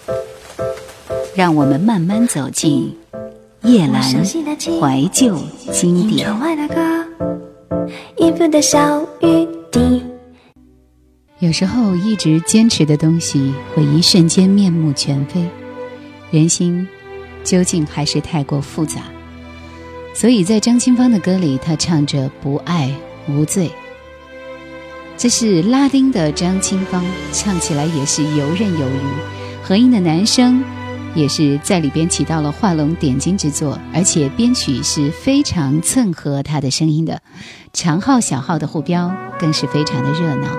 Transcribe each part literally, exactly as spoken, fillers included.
让我们慢慢走进夜阑怀旧经典。有时候一直坚持的东西会一瞬间面目全非，人心究竟还是太过复杂，所以在张清芳的歌里，她唱着不爱无罪。这是拉丁的张清芳，唱起来也是游刃有余，和音的男声也是在里边起到了画龙点睛之作，而且编曲是非常衬合他的声音的，长号小号的互标更是非常的热闹。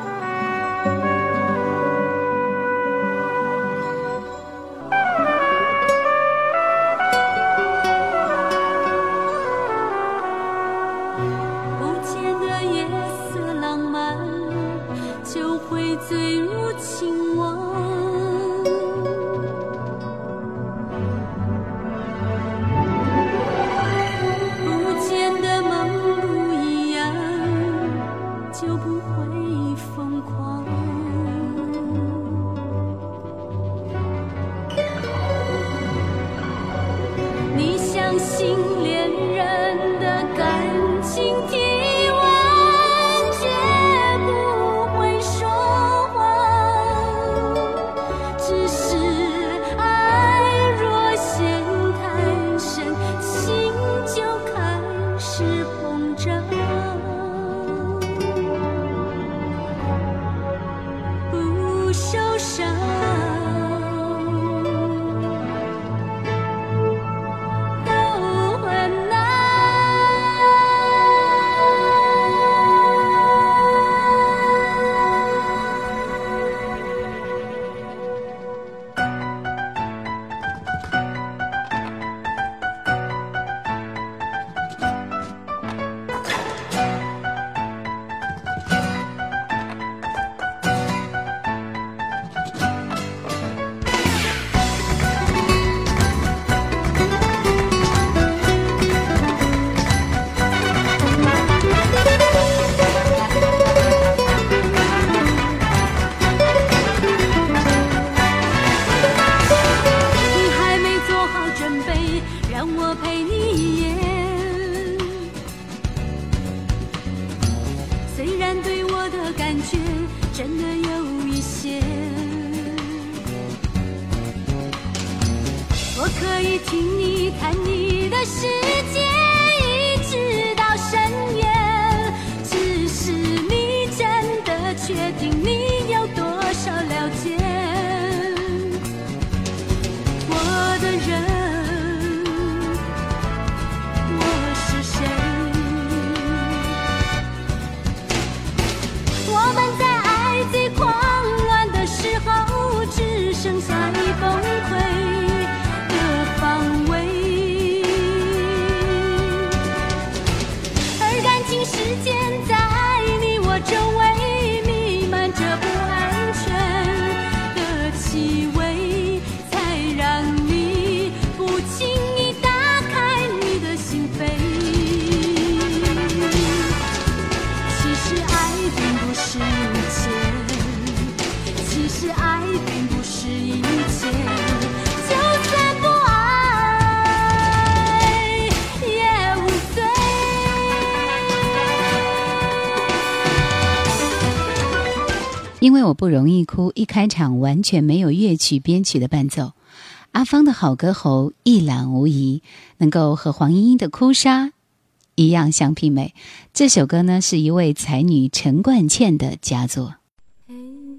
因为我不容易哭，一开场完全没有乐曲编曲的伴奏，阿芳的好歌喉一览无遗，能够和黄莺莺的哭砂一样相媲美。这首歌呢，是一位才女陈冠茜的佳作。 嘿，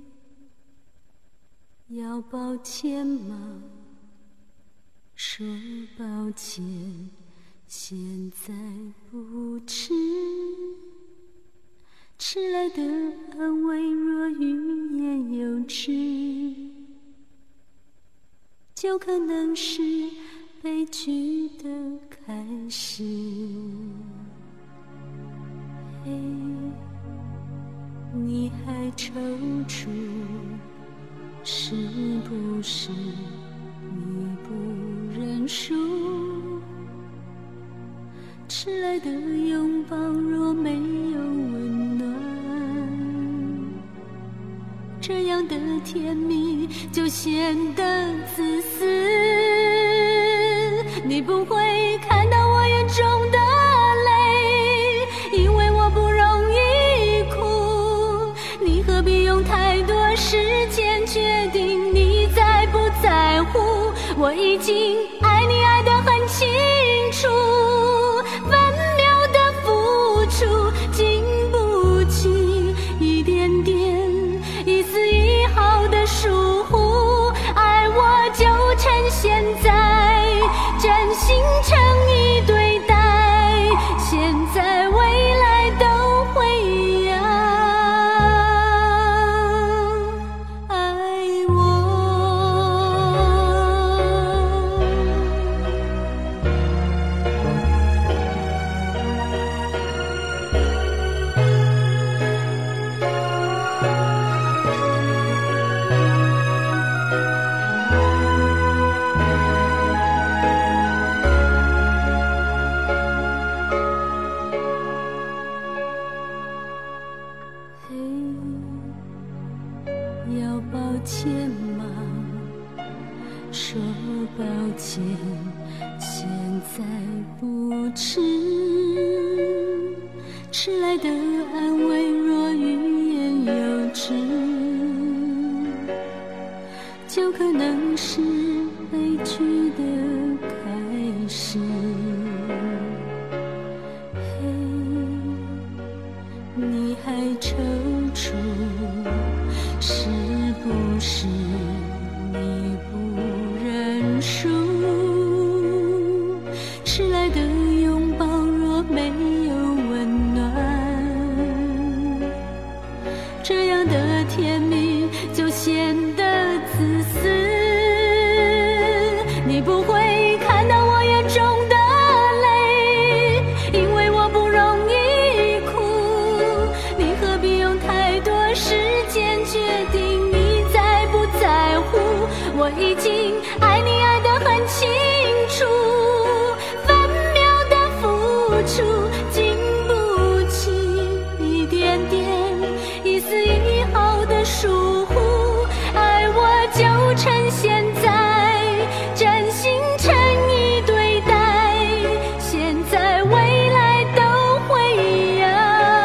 要抱歉吗？说抱歉，现在不迟。迟来的安慰若欲言又止，就可能是悲剧的开始。嘿，你还踌躇，是不是你不认输？迟来的拥抱若没有温暖， 这样的甜蜜就显得自私。你不会看到我眼中的泪，因为我不容易哭。你何必用太多时间决定你在不在乎？我已经爱你爱得很清楚，分秒的付出经不起一点点一丝一毫的疏忽。爱我就趁现在，真心诚意对待，现在未来都会要爱我。要抱歉吗？说抱歉，现在不迟。迟来的安慰若欲言又止，就可能是悲剧的开始。嘿，你还踌躇，是不是你不认输？迟来的拥抱若没有温暖，这样的甜蜜就显得自私。你不会看到我眼中的泪，因为我不容易哭。你何必用太多时间决定你在不在乎？我已经爱你爱得很清楚，分秒的付出经不起一点点一丝一毫的疏忽。爱我就趁现在，真心诚意对待，现在未来都会要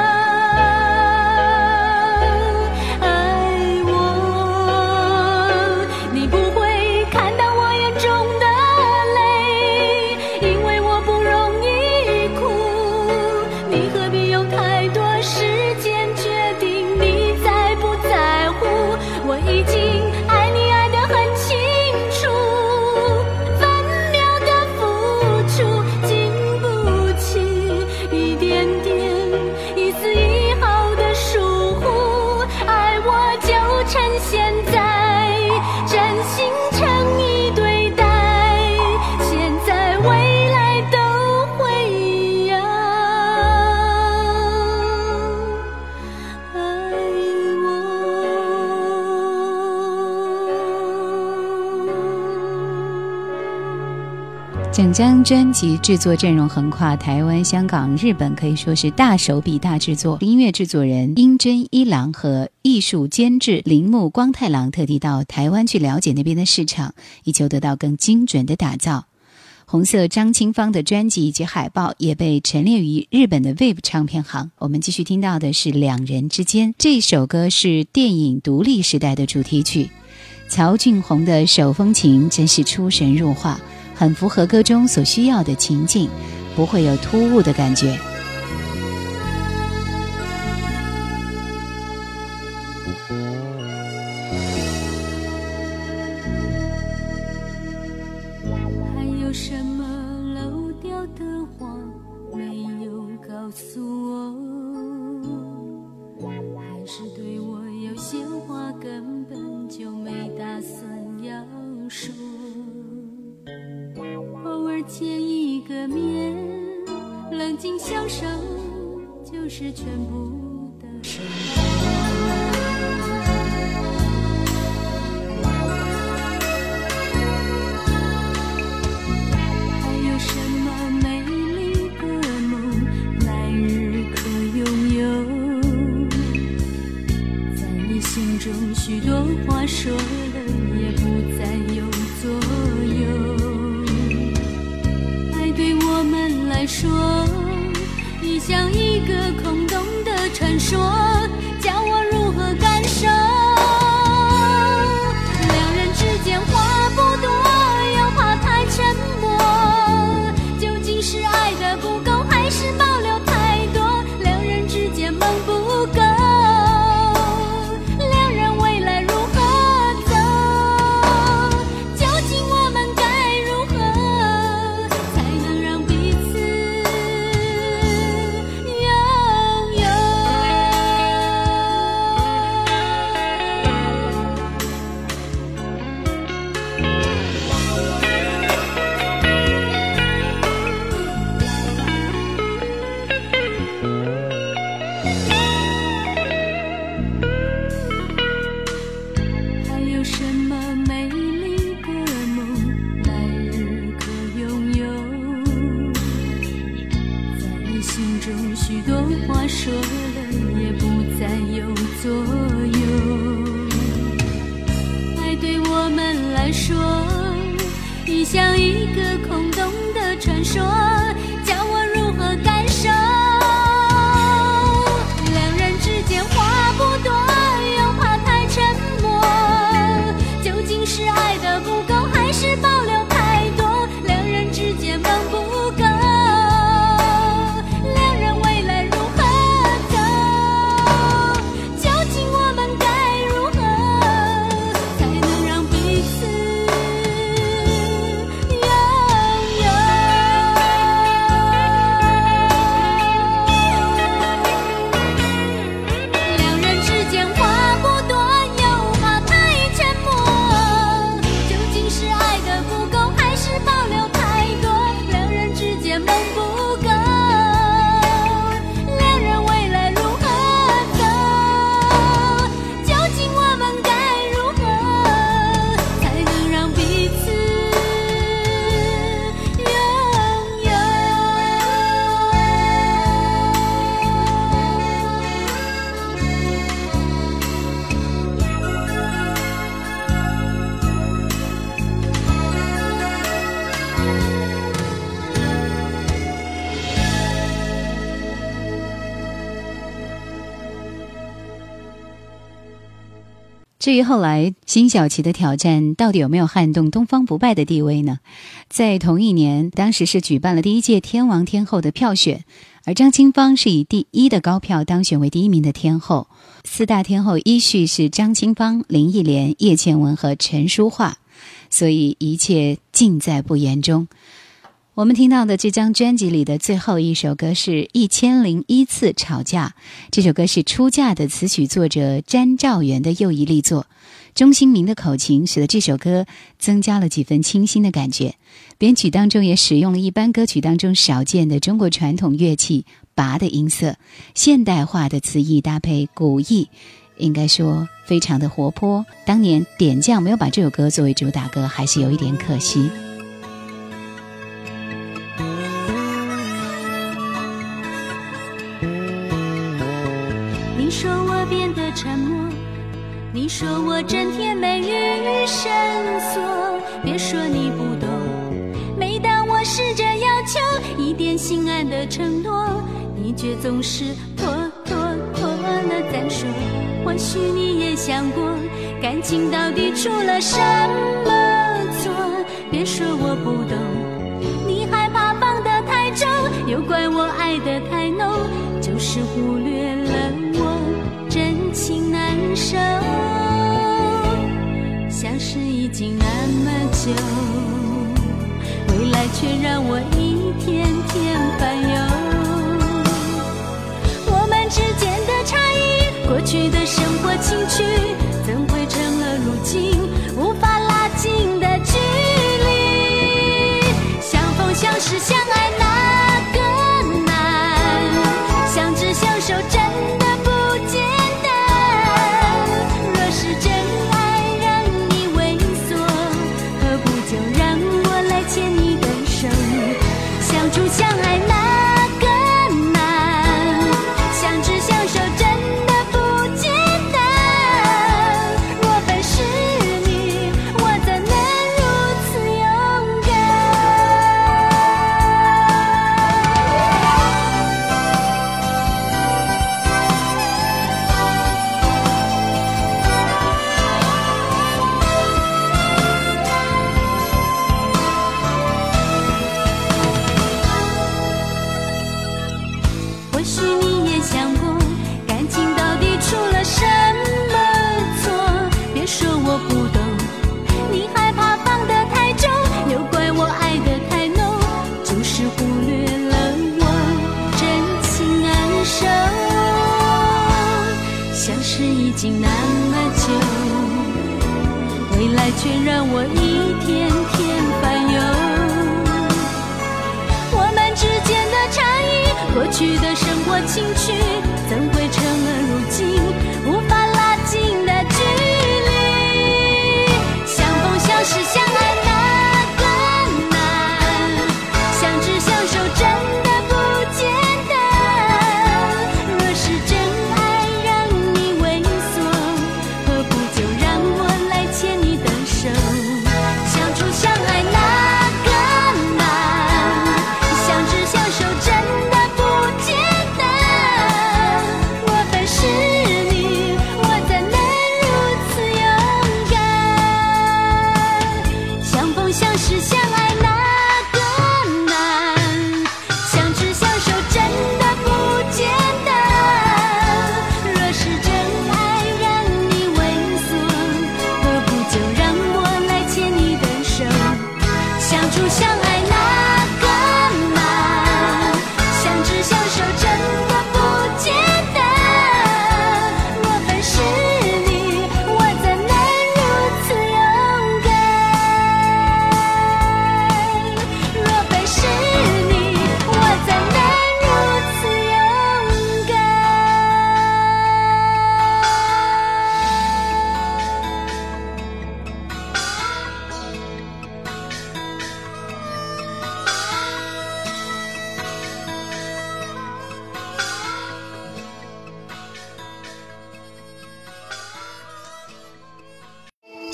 爱我。你不会看到我眼中的泪，因为我不容易哭。你何必用太多时间决定你在不在乎？我已经爱你爱得很清楚，分秒的付出经不起一点点一丝一毫的疏忽。爱我就趁现在，真心诚意对待，现在未来都会要爱我。 整张专辑制作阵容横跨台湾、香港、日本，可以说是大手笔大制作。音乐制作人英真一郎和艺术监制铃木光太郎特地到台湾去了解那边的市场，以求得到更精准的打造。红色张清芳的专辑以及海报也被陈列于日本的 W A V E 唱片行。我们继续听到的是《两人之间》，这首歌是电影《独立时代》的主题曲。曹俊宏的手风琴真是出神入化，很符合歌中所需要的情境，不会有突兀的感觉。 还有什么漏掉的话没有告诉我？还是对我有些话根本就没打算要说？偶尔见一个面，冷静相守，就是全部的生活。还有什么美丽的梦，来日可拥有？在你心中许我们来说，已像一个空洞的传说，叫我如何感受？两人之间话不多，又怕太沉默，究竟是爱的不够，还是保留太多？两人之间梦不够，两人未来如何走？究竟我们该如何才能让彼此拥有？两人之间话不多，又怕太沉默，究竟是爱的不够，还是保留太多？两人之间梦不够，两人未来如何走？究竟我们该如何才能让彼此拥有？ 至于后来辛晓琪的挑战到底有没有撼动东方不败的地位呢？在同一年，当时是举办了第一届天王天后的票选，而张清芳是以第一的高票当选为第一名的天后。四大天后依序是张清芳、林忆莲、叶倩文和陈淑桦，所以一切尽在不言中。我们听到的这张专辑里的最后一首歌是一千零一次吵架，这首歌是出嫁的词曲作者詹兆元的又一力作。钟兴民的口琴使得这首歌增加了几分清新的感觉，编曲当中也使用了一般歌曲当中少见的中国传统乐器拔的音色，现代化的词意搭配古意，应该说非常的活泼。当年点将没有把这首歌作为主打歌，还是有一点可惜。 你说我变得沉默，你说我整天没语深锁，别说你不懂，每当我试着要求一点心安的承诺，你却总是拖拖拖了再说。或许你也想过，感情到底出了什么错，别说我不懂，你害怕放得太重，又怪我爱得太浓，就是忽略了我真情难舍，相识已经那么久，未来却让我一天天烦忧。我们之间的差异，过去的生活情趣，怎会成了如今无法拉近的距离？相逢相识相爱哪个难？相知相守真的不简单。若是真爱让你猥琐，何不就让我来牵你的手？相处相爱哪个难？相知相守真的不简单。若非是你，我怎能如此勇敢？或许你也想过，感情到底出了什么错，别说我不懂，你害怕放得太重，又怪我爱得太浓，就是忽略了我真情难舍。相识已经那么久，未来却让我一天天烦忧。我们之间的差异，过去的生活情趣，怎会成了如今无法拉近的距离？相逢相识相爱哪个难？相知相守真的不简单。若是真爱让你猥琐，何不就让我来牵你的手？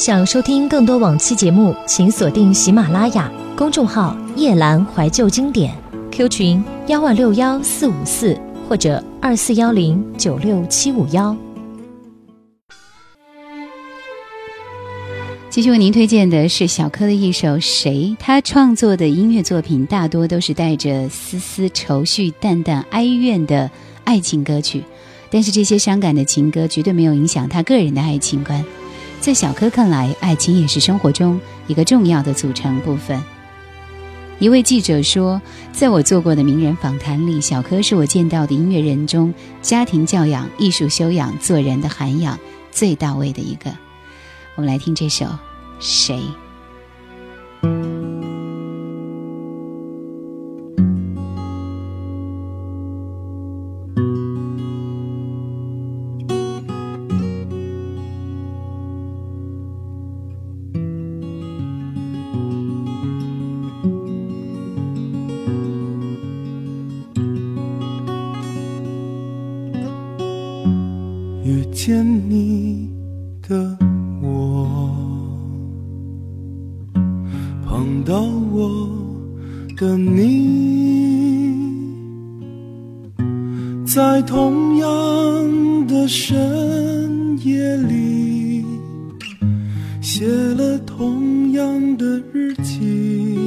想收听更多往期节目，请锁定喜马拉雅公众号夜兰怀旧经典 Q 群幺二六幺四五四或者二四幺零九六七五幺。 继续为您推荐的是小柯的一首《谁》，他创作的音乐作品大多都是带着丝丝愁绪、淡淡哀怨的爱情歌曲，但是这些伤感的情歌绝对没有影响他个人的爱情观。在小柯看来，爱情也是生活中一个重要的组成部分。一位记者说，在我做过的名人访谈里，小柯是我见到的音乐人中家庭教养、艺术修养、做人的涵养最到位的一个。我们来听这首《谁》。 遇见你的我，碰到我的你，在同样的深夜里，写了同样的日记，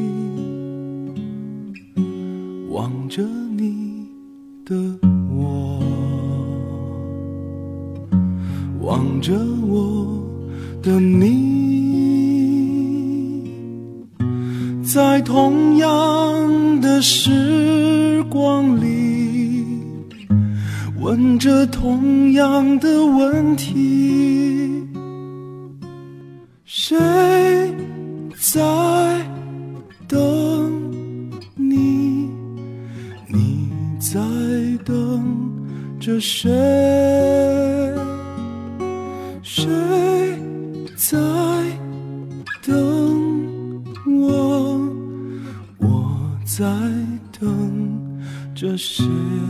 望着你的我，望着我的你，在同样的时光里，问着同样的问题，谁在等你？你在等着谁？谁在等我？我在等着谁？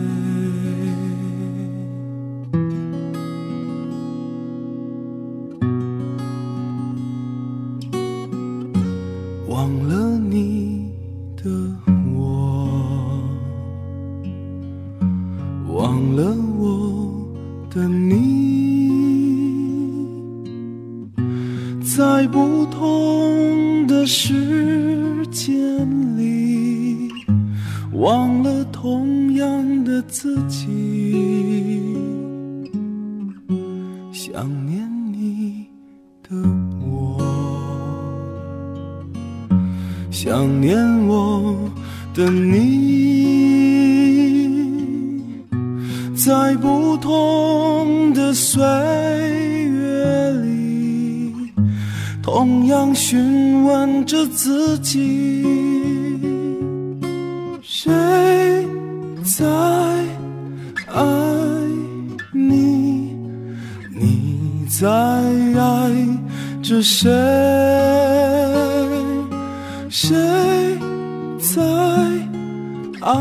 忘了你的我，忘了我的你，在不同的时间里，忘了同样的自己，想念你的我，想念我的你，在不同的岁月里，同样询问着自己，谁在爱你？你在爱着谁？谁在爱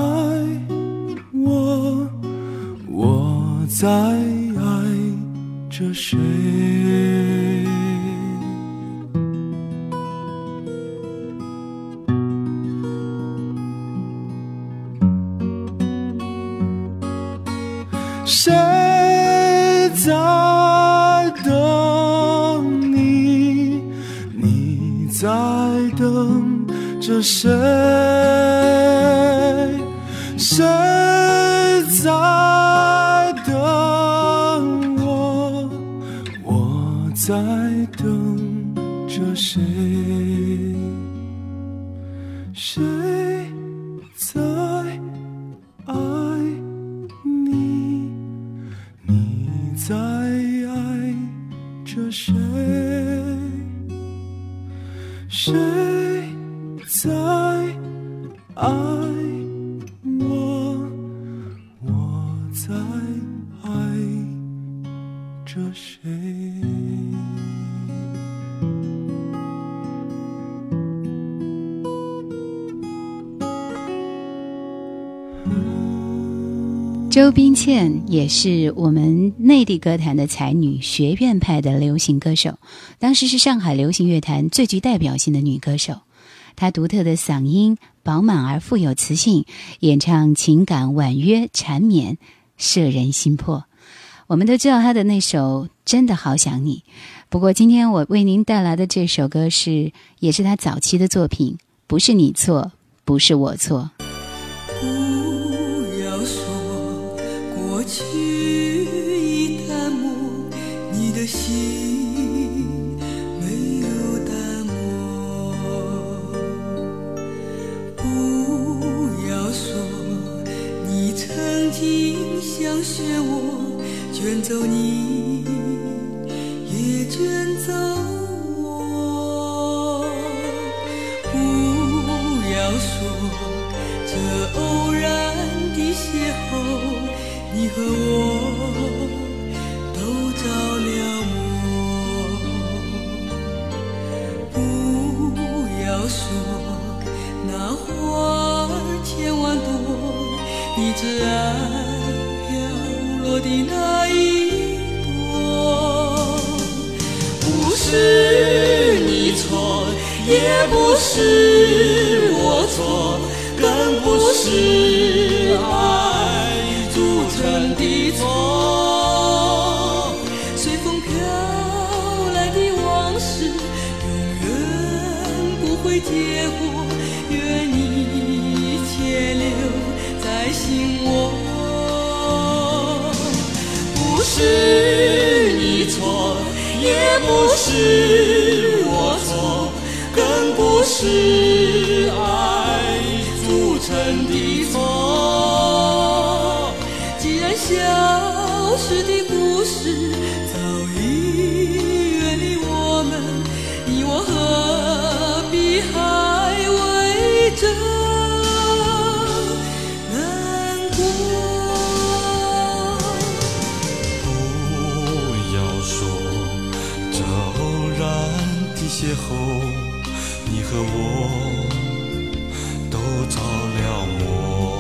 我？我在爱着谁？谁在等你？你在等着谁？谁在等我？我在等着谁？谁在爱你？你在爱着谁？谁在爱我？我在爱着谁？ 周冰倩也是我们内地歌坛的才女，学院派的流行歌手，当时是上海流行乐坛最具代表性的女歌手。她独特的嗓音饱满而富有磁性，演唱情感婉约缠绵，摄人心魄。我们都知道她的那首《真的好想你》，不过今天我为您带来的这首歌是也是她早期的作品，不是你错，不是我错。 不要说过去已淡漠，你的心没有淡漠。不要说你曾经想选我，卷走你也卷走我。不要说这偶然的邂逅，你和我都着了魔。不要说那花儿千万朵，你只爱飘落的那一朵。不是你错，也不是我错，更不是爱铸成的错。随风飘来的往事永远不会结果，愿你且留在心窝。不是你错，也不是我错，更不是爱铸成的错。既然消失的故事早已远离我们，你我何必还为这难过。 不要说这偶然的邂逅，你和我都着了魔。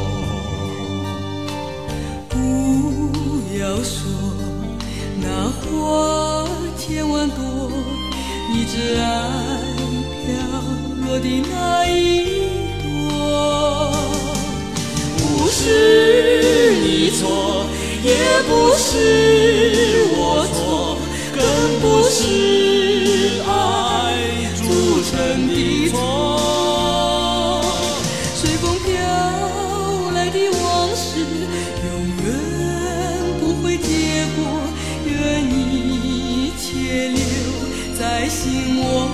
不要说那花千万朵，你只爱飘落的那一朵。不是你错，也不是我错，更不是爱铸成的错。随风飘来的往事永远不会结果，愿你且留在心窝。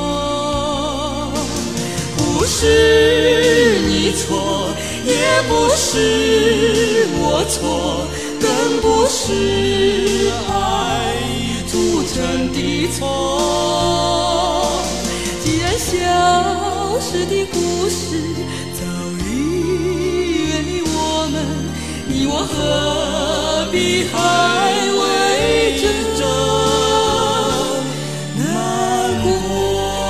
不是你错，也不是我错，更不是爱铸成的错。既然消失的故事早已远离我们，你我何必还为这难过。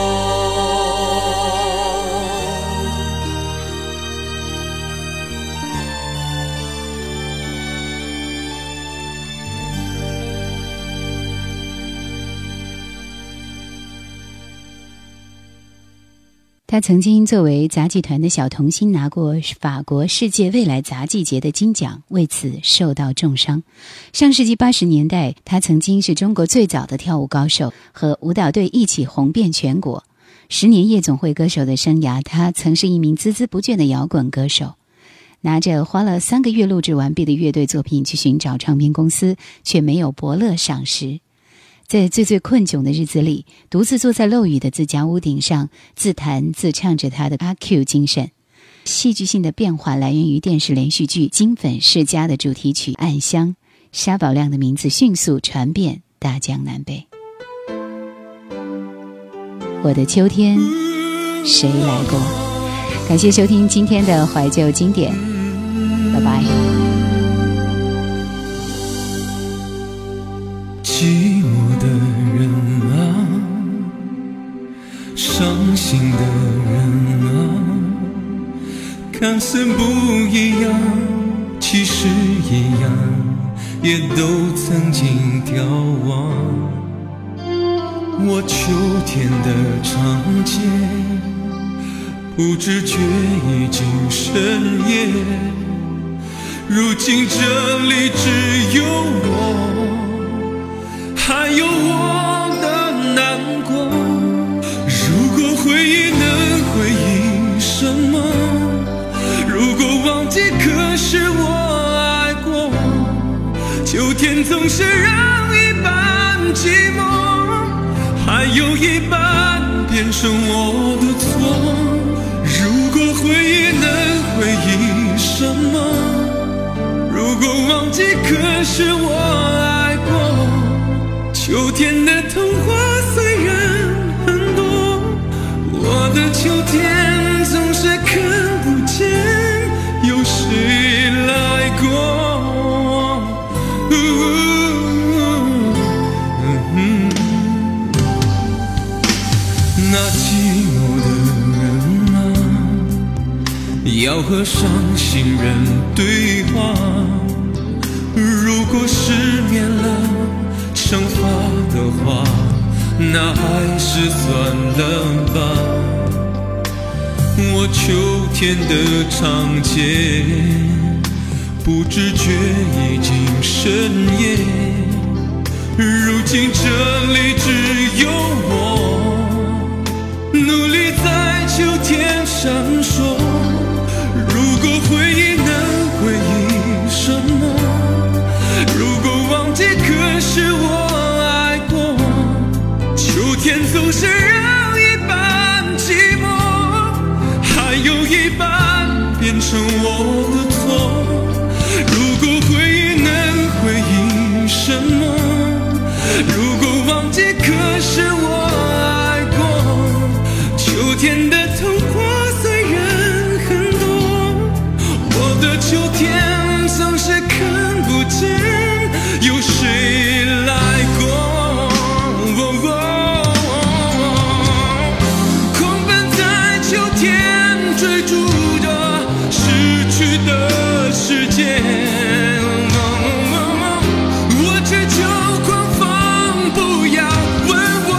他曾经作为杂技团的小童星拿过法国世界未来杂技节的金奖，为此受到重伤。上世纪八十年代，他曾经是中国最早的跳舞高手，和舞蹈队一起红遍全国。十年夜总会歌手的生涯，他曾是一名孜孜不倦的摇滚歌手，拿着花了三个月录制完毕的乐队作品去寻找唱片公司，却没有伯乐赏识。在最最困窘的日子里，独自坐在漏雨的自家屋顶上，自弹自唱着他的阿 Q 精神。戏剧性的变化来源于电视连续剧《金粉世家》的主题曲《暗香》，沙宝亮的名字迅速传遍大江南北。我的秋天，谁来过？感谢收听今天的怀旧经典，拜拜。 寂寞的人啊，伤心的人啊，看似不一样， 其实一样，也都曾经眺望。我秋天的长街，不知觉已经深夜，如今这里只有我，还有我的难过。如果回忆能回忆什么，如果忘记可是我爱过。秋天总是让一半寂寞，还有一半变成我的错。如果回忆能回忆什么，如果忘记可是我爱过。秋天的童话虽然很多，我的秋天总是看不见有谁来过。那寂寞的人啊，要和伤心人对话。如果失眠了惩罚的话，那还是算了吧。我秋天的长街，不知觉已经深夜，如今这里只有我，努力在秋天闪烁。如果回忆能回忆什么，如果忘记可是我爱过。秋天总是让一半寂寞，还有一半变成我的错。如果回忆能回忆什么，如果忘记可是我爱过。秋天的童话虽然很多，我的秋天总是看不见有谁来过。狂奔在秋天，追逐着失去的世界。我只求狂风不要问我，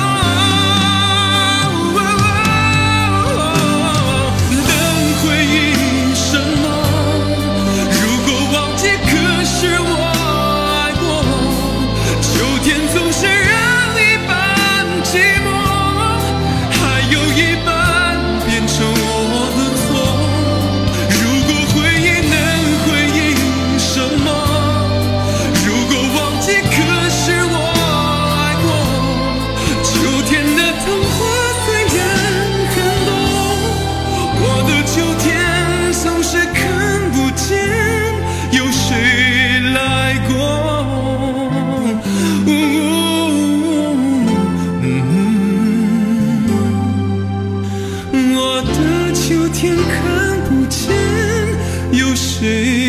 能回忆什么？如果忘记可是我爱过。秋天总是让一半寂寞，还有一半变成我的错。如果回忆能回忆什么，如果忘记可是我爱过。秋天的童话虽然很多，我的秋天总是看不见有谁来过。我的秋天看不见有谁